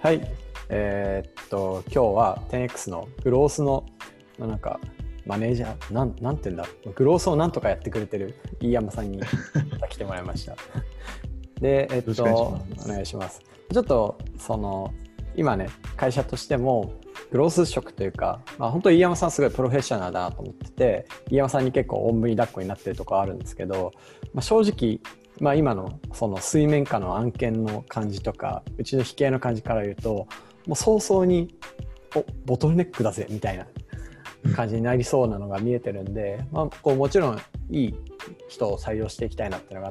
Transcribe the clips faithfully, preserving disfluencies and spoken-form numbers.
はい、えーっと今日は テンエックス のグロースのまあなんかマネージャーなんなんていうんだグロースをなんとかやってくれてる飯山さんに来てもらいました。で、えっよろしくお願いしとます。 お願いします。ちょっとその今ね会社としてもグロース職というか、まあ、本当に飯山さんすごいプロフェッショナルだなと思ってて、飯山さんに結構おんぶに抱っこになってるところあるんですけど、まあ、正直、まあ、今のその水面下の案件の感じとかうちの引き合いの感じから言うともう早々におボトルネックだぜみたいな感じになりそうなのが見えてるんで、まあ、こうもちろんいい人を採用していきたいなっていうのがあって、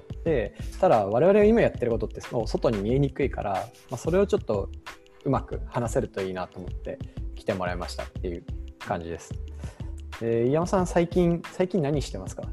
ただ我々が今やってることってもう外に見えにくいから、まあ、それをちょっとうまく話せるといいなと思って来てもらいましたっていう感じです。えー、飯山さん最近最近何してますか？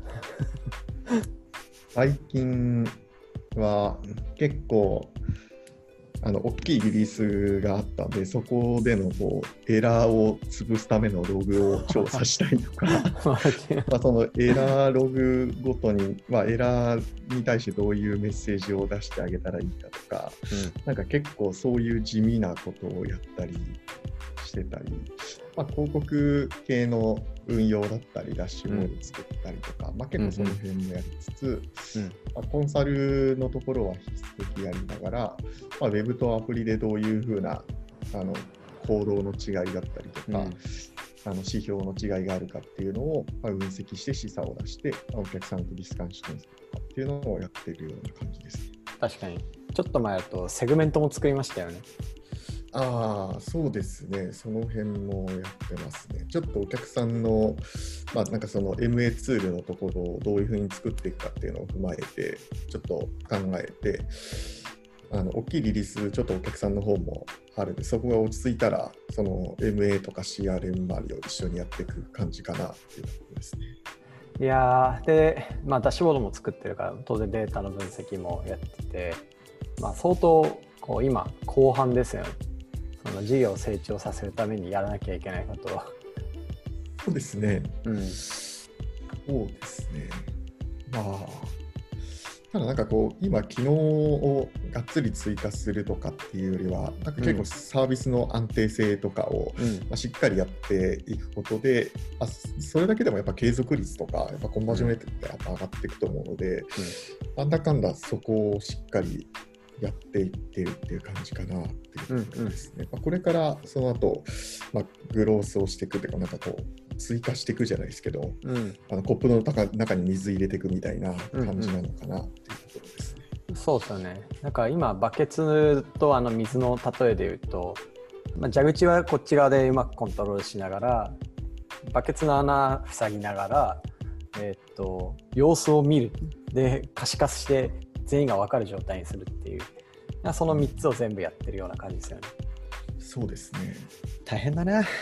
最近は結構あの大きいリリースがあったんで、そこでのこうエラーを潰すためのログを調査したりとかまあそのエラーログごとに、まあ、エラーに対してどういうメッセージを出してあげたらいいかとか、うん、なんか結構そういう地味なことをやったりしてたり、まあ、広告系の運用だったりダッシュボード作ったりとか、うんまあ、結構その辺もやりつつ、うんまあ、コンサルのところは必須的やりながら、まあ、ウェブとアプリでどういうふうなあの行動の違いだったりとか、うん、あの指標の違いがあるかっていうのを分析して示唆を出してお客さんとディスカッションするとかっていうのをやっているような感じです。 確かにちょっと前だとセグメントも作りましたよね。 ああ、そうですね。その辺もやってますね。ちょっとお客さんの、まあなんかその エムエー ツールのところをどういうふうに作っていくかっていうのを踏まえて、ちょっと考えて、あの大きいリリース、ちょっとお客さんの方もあるんで、そこが落ち着いたら、その エムエー とか シーアールエム 周りを一緒にやっていく感じかなっていうところですね。 いやー、で、まあダッシュボードも作ってるから、当然データの分析もやってて、まあ相当こう今後半ですよね。その事業を成長させるためにやらなきゃいけないことは。 そうですね。 うん。そうですね。まあ、ただなんかこう、今、機能をがっつり追加するとかっていうよりは、なんか結構サービスの安定性とかを、うんまあ、しっかりやっていくことで、あそれだけでもやっぱ継続率とか、やっぱコンバージョンレートってやっぱ上がっていくと思うので、うん、なんだかんだそこをしっかりやっていってるっていう感じかなっていうところですね。うんうんまあ、これからその後、まあ、グロースをしていくというか、なんかこう追加していくじゃないですけど、うん、あのコップの中に水入れていくみたいな感じなのかなっていうところですね。 うんうん、そうですよね。なんか今バケツとあの水の例えで言うと、まあ、蛇口はこっち側でうまくコントロールしながら、バケツの穴塞ぎながら、えー、っと様子を見るで可視化して全員が分かる状態にするっていう、そのみっつを全部やってるような感じですよね。 そうですね。 大変だね。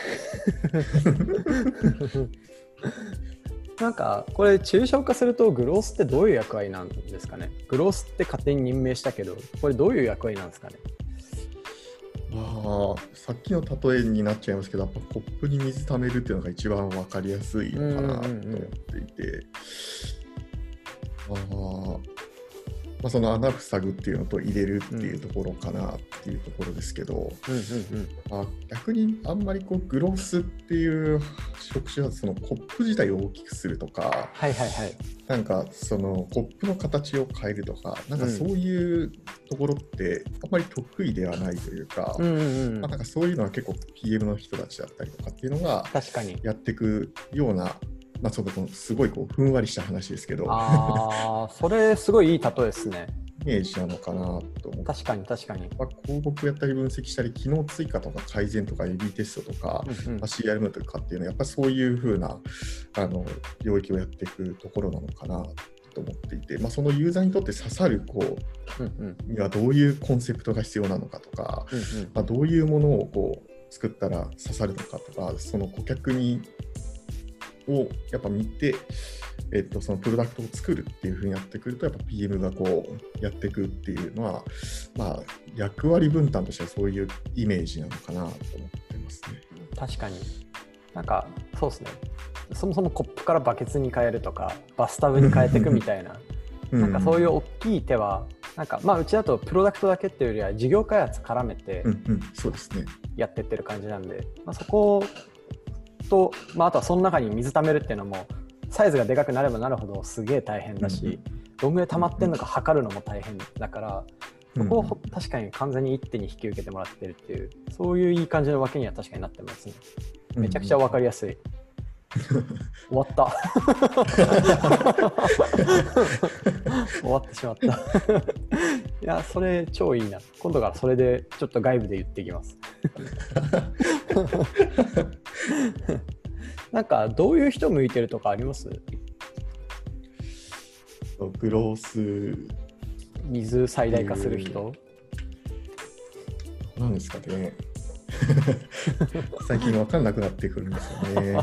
なんかこれ抽象化するとグロースってどういう役割なんですかね。グロースって勝手に任命したけど、これどういう役割なんですかね。 あさっきの例えになっちゃいますけど、やっぱコップに水溜めるっていうのが一番分かりやすいのかなと思っていて、うんうんうん、あまあ、その穴塞ぐっていうのと入れるっていうところかなっていうところですけど、うんうんうんまあ、逆にあんまりこうグロスっていう職種はそのコップ自体を大きくするとか、 はいはいはい、 なんかそのコップの形を変えるとか、なんかそういうところってあんまり得意ではないというか、うんうんうんまあ、なんかそういうのは結構 ピーエム の人たちだったりとかっていうのがやっていくような、まあ、そのすごいこうふんわりした話ですけど、 あーそれすごいいい例えですね。 イメージなのかなと思って。 確かに確かに、 まあ、広告やったり分析したり機能追加とか改善とか エービー テストとか、うんうんまあ、シーアールエム とかっていうのはやっぱりそういう風なあの領域をやっていくところなのかなと思っていて、まあ、そのユーザーにとって刺さるこう、うんうん、にはどういうコンセプトが必要なのかとか、うんうんまあ、どういうものをこう作ったら刺さるのかとか、その顧客にをやっぱ見て、えっと、そのプロダクトを作るっていう風にやってくると、やっぱ ピーエム がこうやっていくっていうのは、まあ、役割分担としてはそういうイメージなのかなと思ってますね。 確かになんかそうですね。そもそもコップからバケツに変えるとかバスタブに変えていくみたいな、うん、なんかそういう大きい手はなんかまあうちだとプロダクトだけっていうよりは事業開発絡めてうんうん、そうですね。 やってってる感じなんで、まあ、そこと、まあ、あとはその中に水溜めるっていうのもサイズがでかくなればなるほどすげえ大変だし、うんうん、どんぐらい溜まってんのか測るのも大変だから、そこを確かに完全に一手に引き受けてもらってるっていう、そういういい感じの分けには確かになってますね。めちゃくちゃ分かりやすい。終わった終わってしまったいや、それ超いいな。今度からそれでちょっと外部で言ってきますなんかどういう人向いてるとかあります？ グロース水最大化する人なんですかね最近分かんなくなってくるんですよね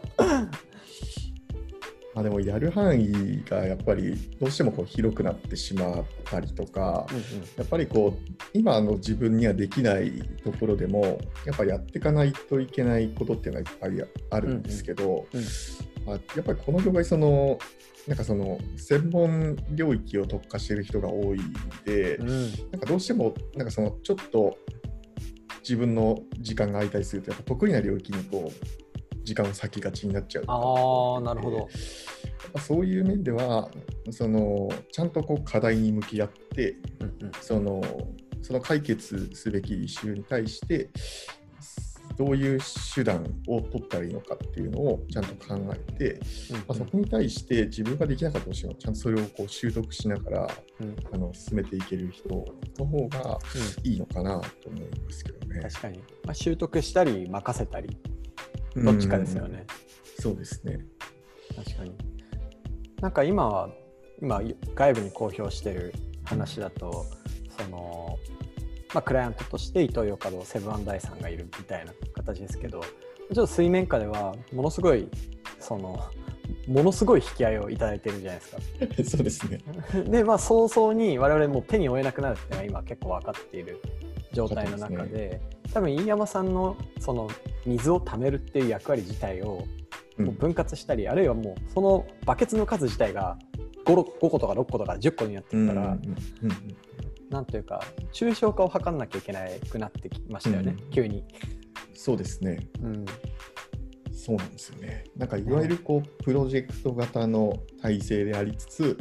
まあでもやる範囲がやっぱりどうしてもこう広くなってしまったりとか、うんうん、やっぱりこう今の自分にはできないところでもやっぱやっていかないといけないことっていうのはいっぱいあるんですけど、うんうん、まあ、やっぱりこの業界そのなんかその専門領域を特化している人が多いんで、うん、なんかどうしてもなんかそのちょっと自分の時間が空いたりするとやっぱ得意な領域にこう時間を割きがちになっちゃう。 ああ、なるほど。 やっぱそういう面ではそのちゃんとこう課題に向き合って、うんうん、そのその解決すべきイシューに対してどういう手段を取ったらいいのかっていうのをちゃんと考えて、うんうん、まあ、そこに対して自分ができなかったとしてもちゃんとそれをこう習得しながら、うん、あの進めていける人の方がいいのかなと思いますけどね。 確かに、まあ、習得したり任せたりどっちかですよね。 うん、そうですね。 確かに。なんか今は今外部に公表してる話だと、そのまあ、クライアントとしてイトーヨーカドー、セブン&アイさんがいるみたいな形ですけど、ちょっと水面下ではものすごいそのものすごい引き合いをいただいてるじゃないですか。 そうですね。 で、まあ早々に我々も手に負えなくなるっていうのは今結構分かっている状態の中 で, で、ね、多分飯山さんのその水を貯めるっていう役割自体をもう分割したり、うん、あるいはもうそのバケツの数自体が 5, ごことかろっことかじゅっこになってるから、うんうんうんうん、なんというか抽象化を図んなきゃいけなくなってきましたよね、うん、急に。 そうですね、うん、そうなんですよね。なんかいわゆるこうプロジェクト型の体制でありつつ、うん、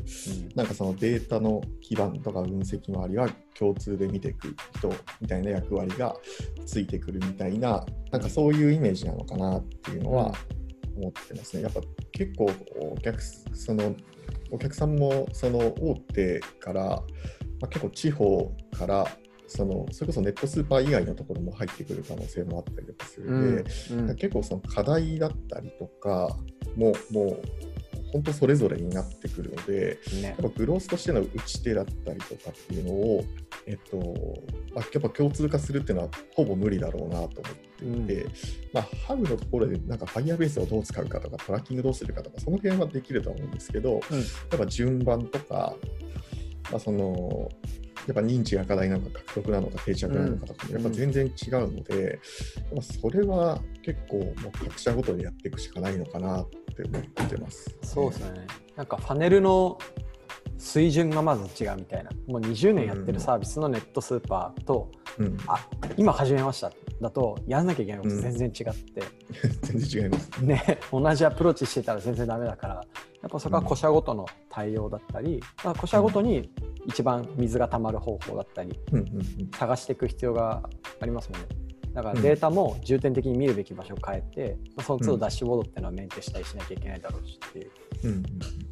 なんかそのデータの基盤とか分析周りは共通で見ていく人みたいな役割がついてくるみたいな、なんかそういうイメージなのかなっていうのは思ってますね。やっぱ結構お客そのお客さんもその大手から、まあ、結構地方からそのそれこそネットスーパー以外のところも入ってくる可能性もあったりとかするので、うんうん、結構その課題だったりとかももう本当それぞれになってくるので、ね、やっぱグロースとしての打ち手だったりとかっていうのを、えっとまあ、やっぱ共通化するっていうのはほぼ無理だろうなと思っていて、うん、まあ、ハウのところでなんか Firebase をどう使うかとかトラッキングどうするかとかその辺はできると思うんですけど、うん、やっぱ順番とか、まあ、そのやっぱ認知が課題なのか獲得なのか定着なのかとかもやっぱ全然違うので、うん、それは結構もう各社ごとでやっていくしかないのかなって思ってます、ね。 そうですね。なんかファネルの水準がまず違うみたいな、もうにじゅうねんやってるサービスのネットスーパーと、うん、あ今始めましただとやらなきゃいけないこと全然違って、 うん、全然違いますね。同じアプローチしてたら全然ダメだから、やっぱそこは個社ごとの対応だったり、うん、個社ごとに一番水が溜まる方法だったり、うんうんうん、探していく必要がありますもんね。だからデータも重点的に見るべき場所を変えて、うん、その都度ダッシュボードっていうのはメンテしたりしなきゃいけないだろうしっていう、うんうん、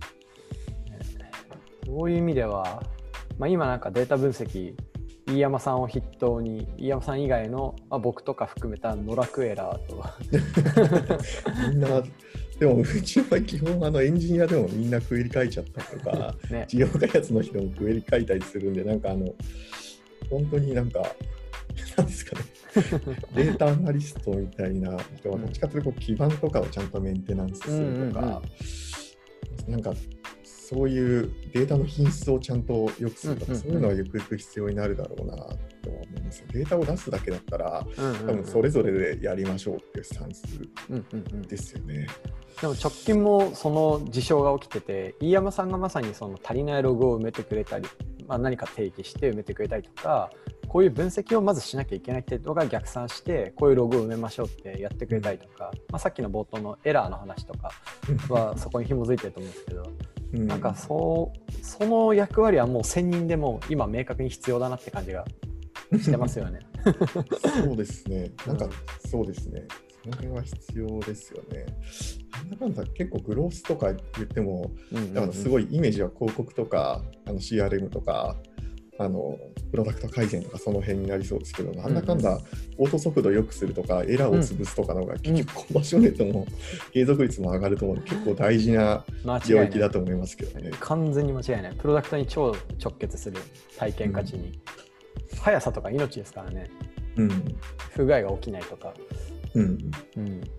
そういう意味では、まあ、今なんかデータ分析飯山さんを筆頭に飯山さん以外の、まあ、僕とか含めたノラクエラーとみんなでもうちは基本あのエンジニアでもみんなクエリ書いちゃったりとか、ね、事業開発の人もクエリ書いたりするんで、なんかあの本当になんかなんですかねデータアナリストみたいな人はどっちかというとこう基盤とかをちゃんとメンテナンスするとか、うんうんうん、なんかそういうデータの品質をちゃんと良くするとか、うんうんうん、そういうのはゆくゆく必要になるだろうなと思います。データを出すだけだったら、うんうんうん、多分それぞれでやりましょうっていうスタンスですよね。うんうんうん、 でも直近もその事象が起きてて、飯山さんがまさにその足りないログを埋めてくれたり、 まあ、何か定義して埋めてくれたりとか、こういう分析をまずしなきゃいけないっていうのが逆算してこういうログを埋めましょうってやってくれたりとか、まあ、さっきの冒頭のエラーの話とかはそこに紐づいてると思うんですけど、うん、なんかそうその役割はもう専任でも今明確に必要だなって感じがしてますよね。 そうですね。なんかそうですね。その辺は必要ですよね。なんだかんだ結構グロースとか言っても、うんうんうん、だからすごいイメージは広告とかあの シーアールエム とかあのプロダクト改善とかその辺になりそうですけど、なんだかんだオート速度良くするとかエラーを潰すとかの方が結局コンバージョンレートも継続率も上がると思うので、結構大事な領域だと思いますけどね。 完全に間違いない。プロダクトに超直結する体験価値に、うん、速さとか命ですからね、うん、不具合が起きないとか、うんうん、確かにな。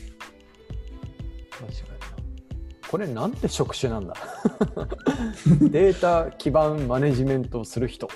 これなんて職種なんだ。データ基盤マネジメントをする人。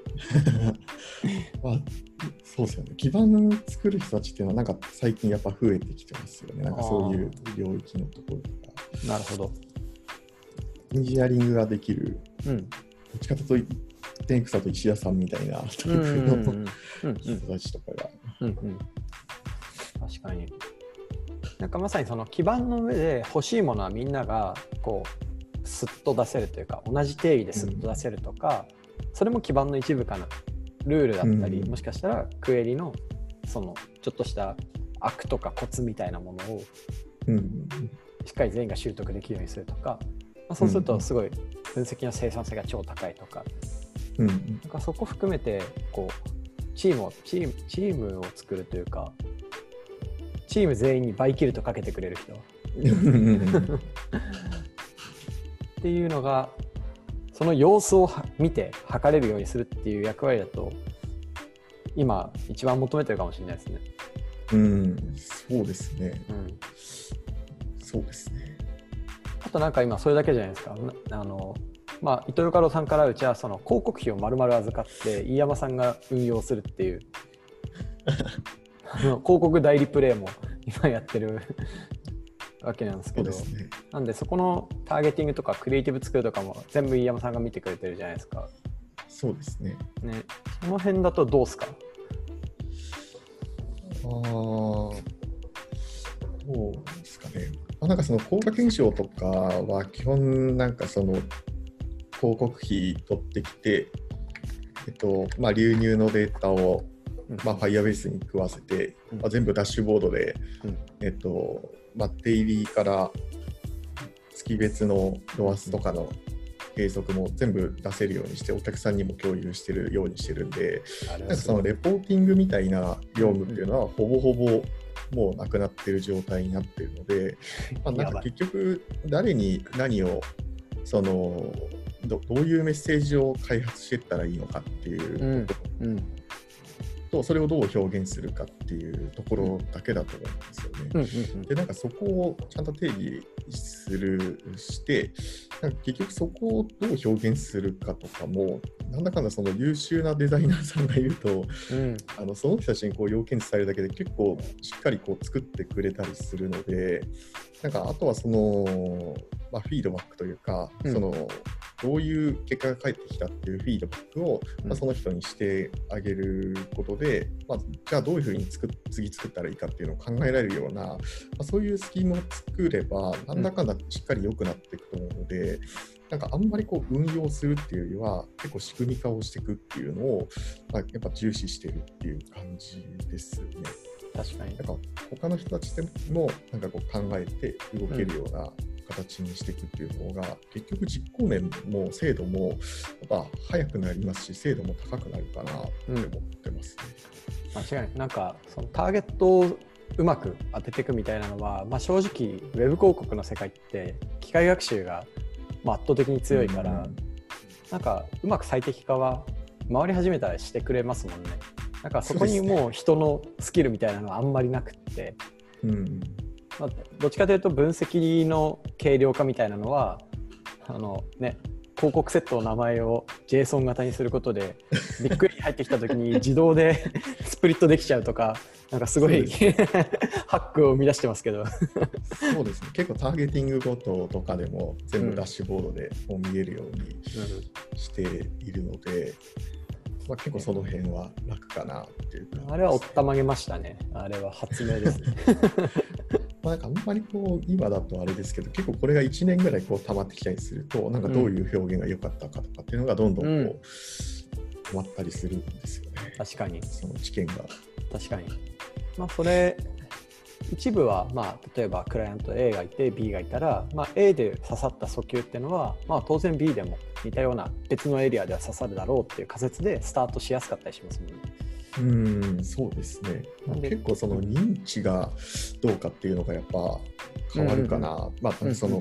まあ、そうですよね。基盤作る人たちっていうのはなんか最近やっぱ増えてきてますよね。なんかそういう領域のところとか。 なるほど。 エンジニアリングができる、うん、どっちかというとテンクサと石田さんみたいなタイプの人たちとかが。うんうん、 確かに。なんかまさにその基盤の上で欲しいものはみんながこうスッと出せるというか、同じ定義でスッと出せるとか、うん、それも基盤の一部かな。ルールだったり、うん、もしかしたらクエリのそのちょっとしたアクとかコツみたいなものをしっかり全員が習得できるようにするとか、まあ、そうするとすごい分析の生産性が超高いとか、うん、なんかそこ含めてこうチームをチームチームを作るというか、チーム全員に倍キルとかけてくれる人っていうのが、その様子を見て測れるようにするっていう役割だと今一番求めてるかもしれないですね。 うん、そうですね、うん、そうですね。 あとなんか今それだけじゃないですか。あのまあ、伊藤よかろさんからうちはその広告費を丸々預かって飯山さんが運用するっていうあの広告代理プレイも今やってるわけなんですけど、そうですね。なんでそこのターゲティングとかクリエイティブ作るとかも全部飯山さんが見てくれてるじゃないですか。 そうですね。 ね、その辺だとどうですか？ ああ、どうですかね。まあ、なんかその効果検証とかは基本なんかその広告費取ってきて、えっとまあ、流入のデータをまあ、Firebase に食わせて、うん、まあ、全部ダッシュボードで、うん、えっとまあ、デイリーから月別のロアスとかの計測も全部出せるようにしてお客さんにも共有してるようにしてるんで、なんかそのレポーティングみたいな業務っていうのはほぼほぼもうなくなってる状態になってるので、まあ、なんか結局誰に何をその ど, どういうメッセージを開発していったらいいのかっていうところ、うんうん、とそれをどう表現するかっていうところだけだと思うんですよね。うんうんうん、でなんかそこをちゃんと定義するしてなんか結局そこをどう表現するかとかもなんだかんだその優秀なデザイナーさんがいると、うん、あのその人たちにこう要件伝えるだけで結構しっかりこう作ってくれたりするので、なんかあとはその、まあ、フィードバックというか、うん、そのどういう結果が返ってきたっていうフィードバックを、まあ、その人にしてあげることで、まあ、じゃあどういうふうに作っ次作ったらいいかっていうのを考えられるような、まあ、そういうスキームを作ればなんだかんだしっかり良くなっていくと思うので、なんかあんまりこう運用するっていうよりは結構仕組み化をしていくっていうのを、まあ、やっぱ重視してるっていう感じですね。 確かに。 なんか他の人たちでもなんかこう考えて動けるような形にしていくっていうのが、うん、結局実行面も精度もやっぱ速くなりますし精度も高くなるかなって思ってますね。 うん、間違いない。なんかそのターゲットをうまく当てていくみたいなのは、まあ、正直ウェブ広告の世界って機械学習が圧倒的に強いから、うん、なんかうまく最適化は回り始めたらしてくれますもんね。なんかそこにもう人のスキルみたいなのはあんまりなくって、うん、まあ、どっちかというと分析の軽量化みたいなのはあの、ね、広告セットの名前を ジェイソン 型にすることでびっくり入ってきた時に自動でスプリットできちゃうとか、 なんかすごいハックを生み出してますけどそうですね、結構ターゲティングごととかでも全部ダッシュボードでもう見えるようにしているので、まあ、結構その辺は楽かなっていうか、 あれはおったまげましたね。あれは発明ですねまあなんかあんまりこう今だとあれですけど、結構これがいちねんぐらいこう溜まってきたりすると、なんかどういう表現が良かったかとかっていうのがどんどんこう、うん、溜まったりするんですよね。 確かに。 その知見が。 確かに。まあそれ一部は、まあ、例えばクライアント A がいて B がいたら、まあ、A で刺さった訴求っていうのは、まあ、当然 B でも似たような別のエリアでは刺さるだろうっていう仮説でスタートしやすかったりしますもんね。 うん、そうですね。結構その認知がどうかっていうのがやっぱ変わるかな。うんうんうん、まあその、うんうん、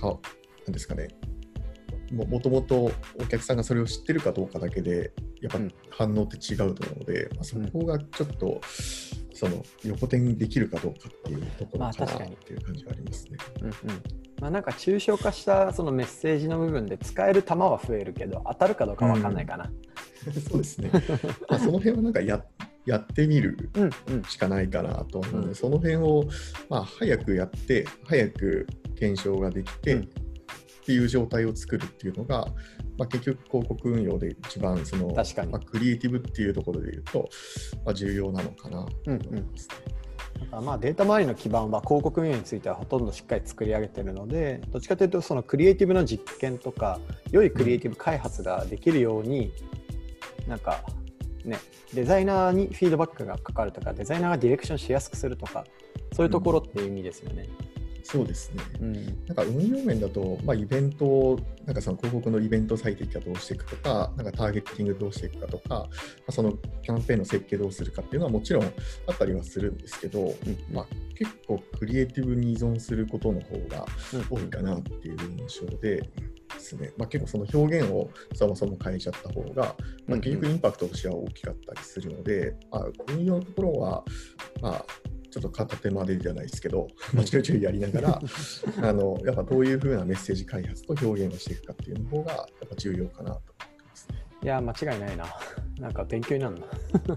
かなんですかね。も, もともとお客さんがそれを知ってるかどうかだけでやっぱ反応って違うと思うので、うんまあ、そこがちょっとその横転できるかどうかっていうところかなっていう感じがありますね。 うんうんまあ、なんか抽象化したそのメッセージの部分で使える球は増えるけど当たるかどうか分かんないかな。 うん、そうですね。まあその辺はなんか や, やってみるしかないかなと思うので、うんうん、その辺をまあ早くやって早く検証ができて、うんっていう状態を作るっていうのが、まあ、結局広告運用で一番その、 確かに、 まあ、クリエイティブっていうところでいうと、まあ、重要なのかなと思いますね。うんうん、 だからまあデータ周りの基盤は広告運用についてはほとんどしっかり作り上げているので、どっちかというとそのクリエイティブの実験とか良いクリエイティブ開発ができるように、うん、なんかねデザイナーにフィードバックがかかるとかデザイナーがディレクションしやすくするとかそういうところっていう意味ですよね。うんそうですね、うん、なんか運用面だと、まあ、イベントをなんかその広告のイベント最適化どうしていくとか、なんかターゲティングどうしていくかとか、まあ、そのキャンペーンの設計どうするかっていうのはもちろんあったりはするんですけど、うんまあ、結構クリエイティブに依存することの方が多いかなっていう印象でですね、まあ、結構その表現をそもそも変えちゃった方が、まあ、結局インパクトとしては大きかったりするので、まあ、運用のところはまあちょっと片手までじゃないですけど、まあ、ちょいちょいやりながらあのやっぱどういう風なメッセージ開発と表現をしていくかっていうの方がやっぱ重要かなと思ってますね。 いや間違いないな。なんか勉強になるな。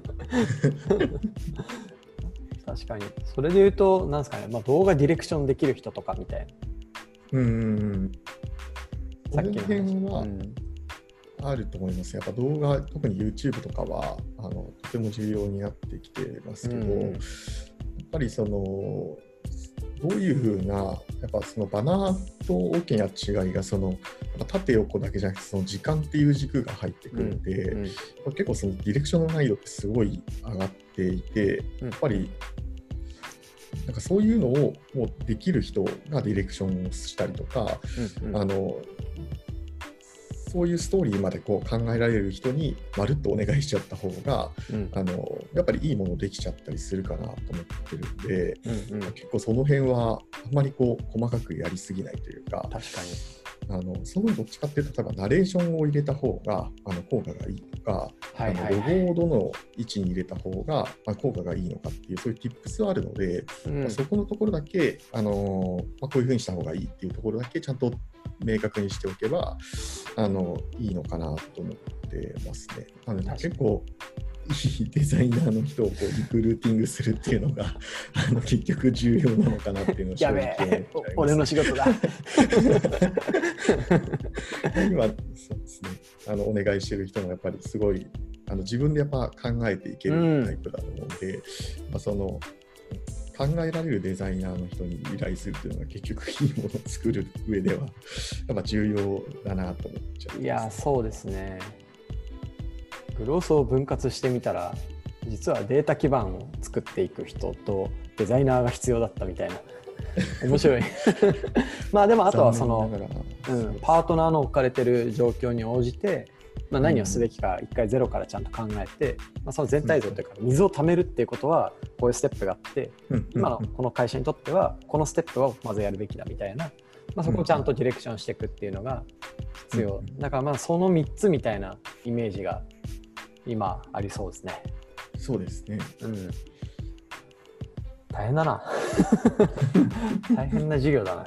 確かにそれで言うとなんですかね、まあ、動画ディレクションできる人とかみたいな。 うんうんさっきの辺は、うんあると思います。やっぱ動画、特に YouTube とかはあのとても重要になってきてますけど、うん、やっぱりそのどういうふうなやっぱそのバナーと大きな違いがその縦横だけじゃなくてその時間っていう軸が入ってくるので、うんうん、結構そのディレクションの難易度ってすごい上がっていて、やっぱりなんかそういうのをもうできる人がディレクションをしたりとか、うんうん、あのそういうストーリーまでこう考えられる人にまるっとお願いしちゃった方が、うん、あのやっぱりいいものできちゃったりするかなと思ってるんで、うんうん、結構その辺はあんまりこう細かくやりすぎないというか、 確かにあのそのどっちかっていうと例えばナレーションを入れた方があの効果がいいとか、はいはいはい、あのロゴをどの位置に入れた方が、まあ、効果がいいのかっていうそういう tips はあるので、うんまあ、そこのところだけ、あのまあ、こういうふうにした方がいいっていうところだけちゃんと明確にしておけばあのいいのかなと思ってますね。なので結構いいデザイナーの人をこうリクルーティングするっていうのがあの結局重要なのかなっていうのを正直思っちゃいます、ね、 やべえ俺の仕事だ今そうですねあのお願いしてる人もやっぱりすごいあの自分でやっぱ考えていけるタイプだと思うので、うんまあ、その考えられるデザイナーの人に依頼するっていうのが結局いいものを作る上ではやっぱ重要だなと思っちゃう、ね、 いやそうですね。グロースを分割してみたら実はデータ基盤を作っていく人とデザイナーが必要だったみたいな面白いまあでもあとはその、うん、パートナーの置かれてる状況に応じて、まあ、何をすべきか一回ゼロからちゃんと考えて、まあ、その全体像というか水を貯めるっていうことはこういうステップがあって今のこの会社にとってはこのステップをまずやるべきだみたいな、まあ、そこをちゃんとディレクションしていくっていうのが必要だからまあそのみっつみたいなイメージが今ありそうですね。 そうですね、 うん、大変だな大変な授業だな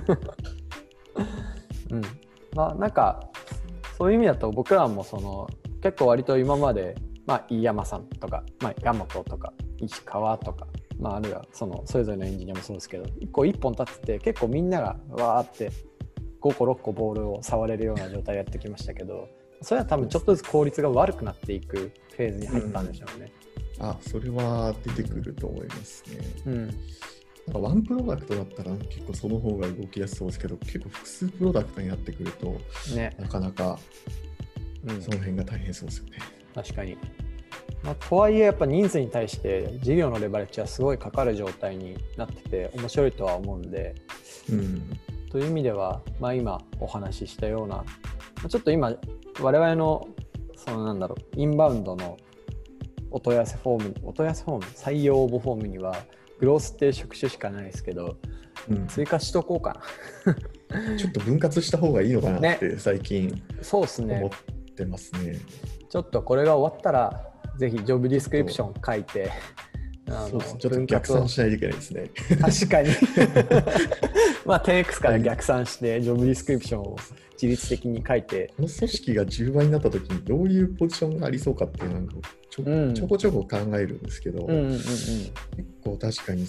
うんまあなんかそういう意味だと僕らもその結構割と今までまあ飯山さんとか、まあ、山本とか石川とか、まあ、あるいはそのそれぞれのエンジニアもそうですけど、いっこいっぽん立ってて結構みんながわーってごころっこボールを触れるような状態でやってきましたけど、それは多分ちょっとずつ効率が悪くなっていくフェーズに入ったんでしょうね。 うん、あ、それは出てくると思いますね。うん、なんかワンプロダクトだったら結構その方が動きやすそうですけど、結構複数プロダクトになってくると、ね、なかなかその辺が大変そうですよね。 うん、確かに。まあ、とはいえやっぱ人数に対して事業のレバレッジはすごいかかる状態になってて面白いとは思うんで、うん、という意味では、まあ、今お話ししたようなちょっと今我々のそのなんだろうインバウンドのお問い合わせフォームお問い合わせフォーム採用応募フォームにはグロースっていう職種しかないですけど、うん、追加しとこうかなちょっと分割した方がいいのかなって最近、ね、 そうですね、 思ってますね。 ちょっとこれが終わったらぜひジョブディスクリプション書いて、 あのそうですね、ちょっと逆算しないといけないですね。 確かにまあ テンエックス から逆算してジョブディスクリプションを自律的に書いて、 この組織がじゅうばいになった時にどういうポジションがありそうかっていうのをちょ、うん、ちょこちょこ考えるんですけど、うんうんうんうん、結構確かに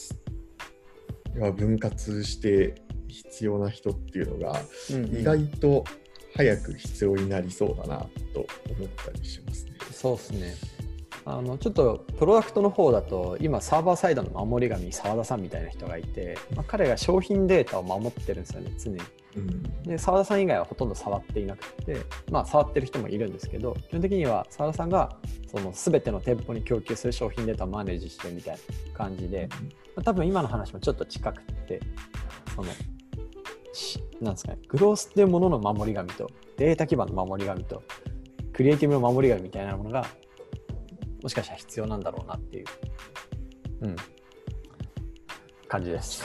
分割して必要な人っていうのが意外と早く必要になりそうだなと思ったりしますね。 そうですね。あのちょっとプロダクトの方だと今サーバーサイドの守り神澤田さんみたいな人がいて、まあ、彼が商品データを守ってるんですよね、常に。うん、で澤田さん以外はほとんど触っていなくて、まあ触ってる人もいるんですけど、基本的には澤田さんがその全ての店舗に供給する商品データをマネージしてるみたいな感じで、まあ、多分今の話もちょっと近くて、そのなんですかね、グロースっていうものの守り神とデータ基盤の守り神とクリエイティブの守り神みたいなものがもしかしたら必要なんだろうなっていう、うん、感じです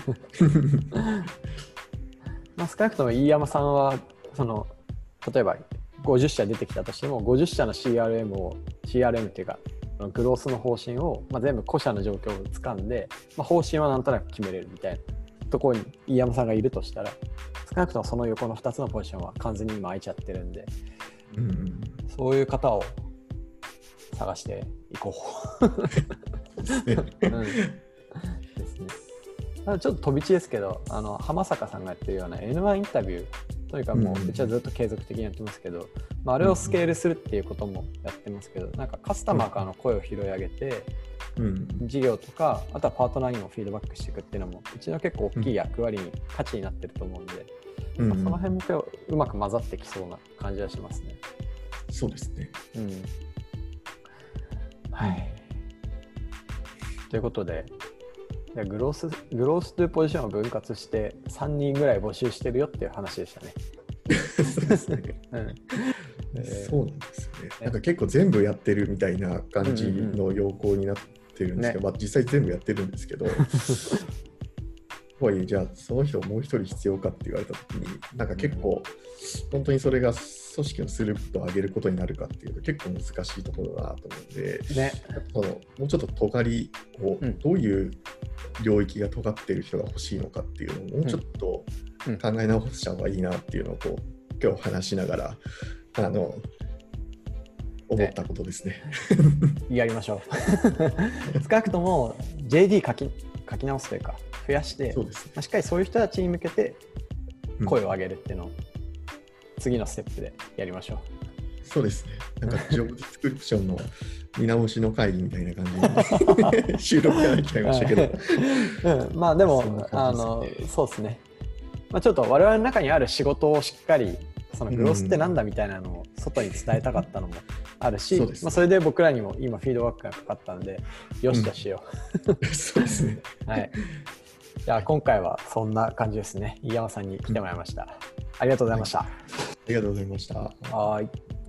まあ少なくとも飯山さんはその例えばごじゅっしゃ出てきたとしてもごじゅっしゃの シーアールエム を シーアールエム っていうかグロースの方針を、まあ、全部個社の状況を掴んで、まあ、方針はなんとなく決めれるみたいなところに飯山さんがいるとしたら、少なくともその横のふたつのポジションは完全に今空いちゃってるんで、うん、そういう方を探していこうですね。うんですね。ただちょっと飛び地ですけど、あの浜坂さんがやってるような エヌワン インタビュー、とにかくもううちはずっと継続的にやってますけど、まあ、あれをスケールするっていうこともやってますけど、なんかカスタマーからの声を拾い上げて、うん、事業とかあとはパートナーにもフィードバックしていくっていうのもうちの結構大きい役割に価値になってると思うんで、うんまあ、その辺もうまく混ざってきそうな感じはしますね。 そうですね、うん、 はい。ということでグロースグロースというポジションを分割してさんにんぐらい募集してるよっていう話でしたね。 そうですね、うんえー、そうなんですよね。なんか結構全部やってるみたいな感じの要項になってるんですけど、うんうんうんね、まあ、実際全部やってるんですけどとはいえじゃあその人をもう一人必要かって言われた時になんか結構本当にそれが組織のスループを上げることになるかっていうと結構難しいところだなと思うんで、ね、そのもうちょっと尖りをどういう領域が尖っている人が欲しいのかっていうのをもうちょっと考え直した方がいいなっていうのをこう今日話しながらあの思ったことですね。 ねやりましょう。少なくとも ジェーディー 書き、書き直すというか増やして、そうですね、まあ、しっかりそういう人たちに向けて声を上げるっていうのを次のステップでやりましょう。 そうですね。なんかジョブディスクリプションの見直しの会議みたいな感じで収録ができちゃいましたけど、 うん、まあでも、ね、あのそうですね。まあ、ちょっと我々の中にある仕事をしっかりそのグロスってなんだみたいなのを外に伝えたかったのもあるし、うん そ, まあ、それで僕らにも今フィードバックがかかったのでよしとしよう、 うん、そうですね。 はい。じゃあ今回はそんな感じですね。飯山さんに来てもらいました。ありがとうございました。はい、 ありがとうございました。 はい。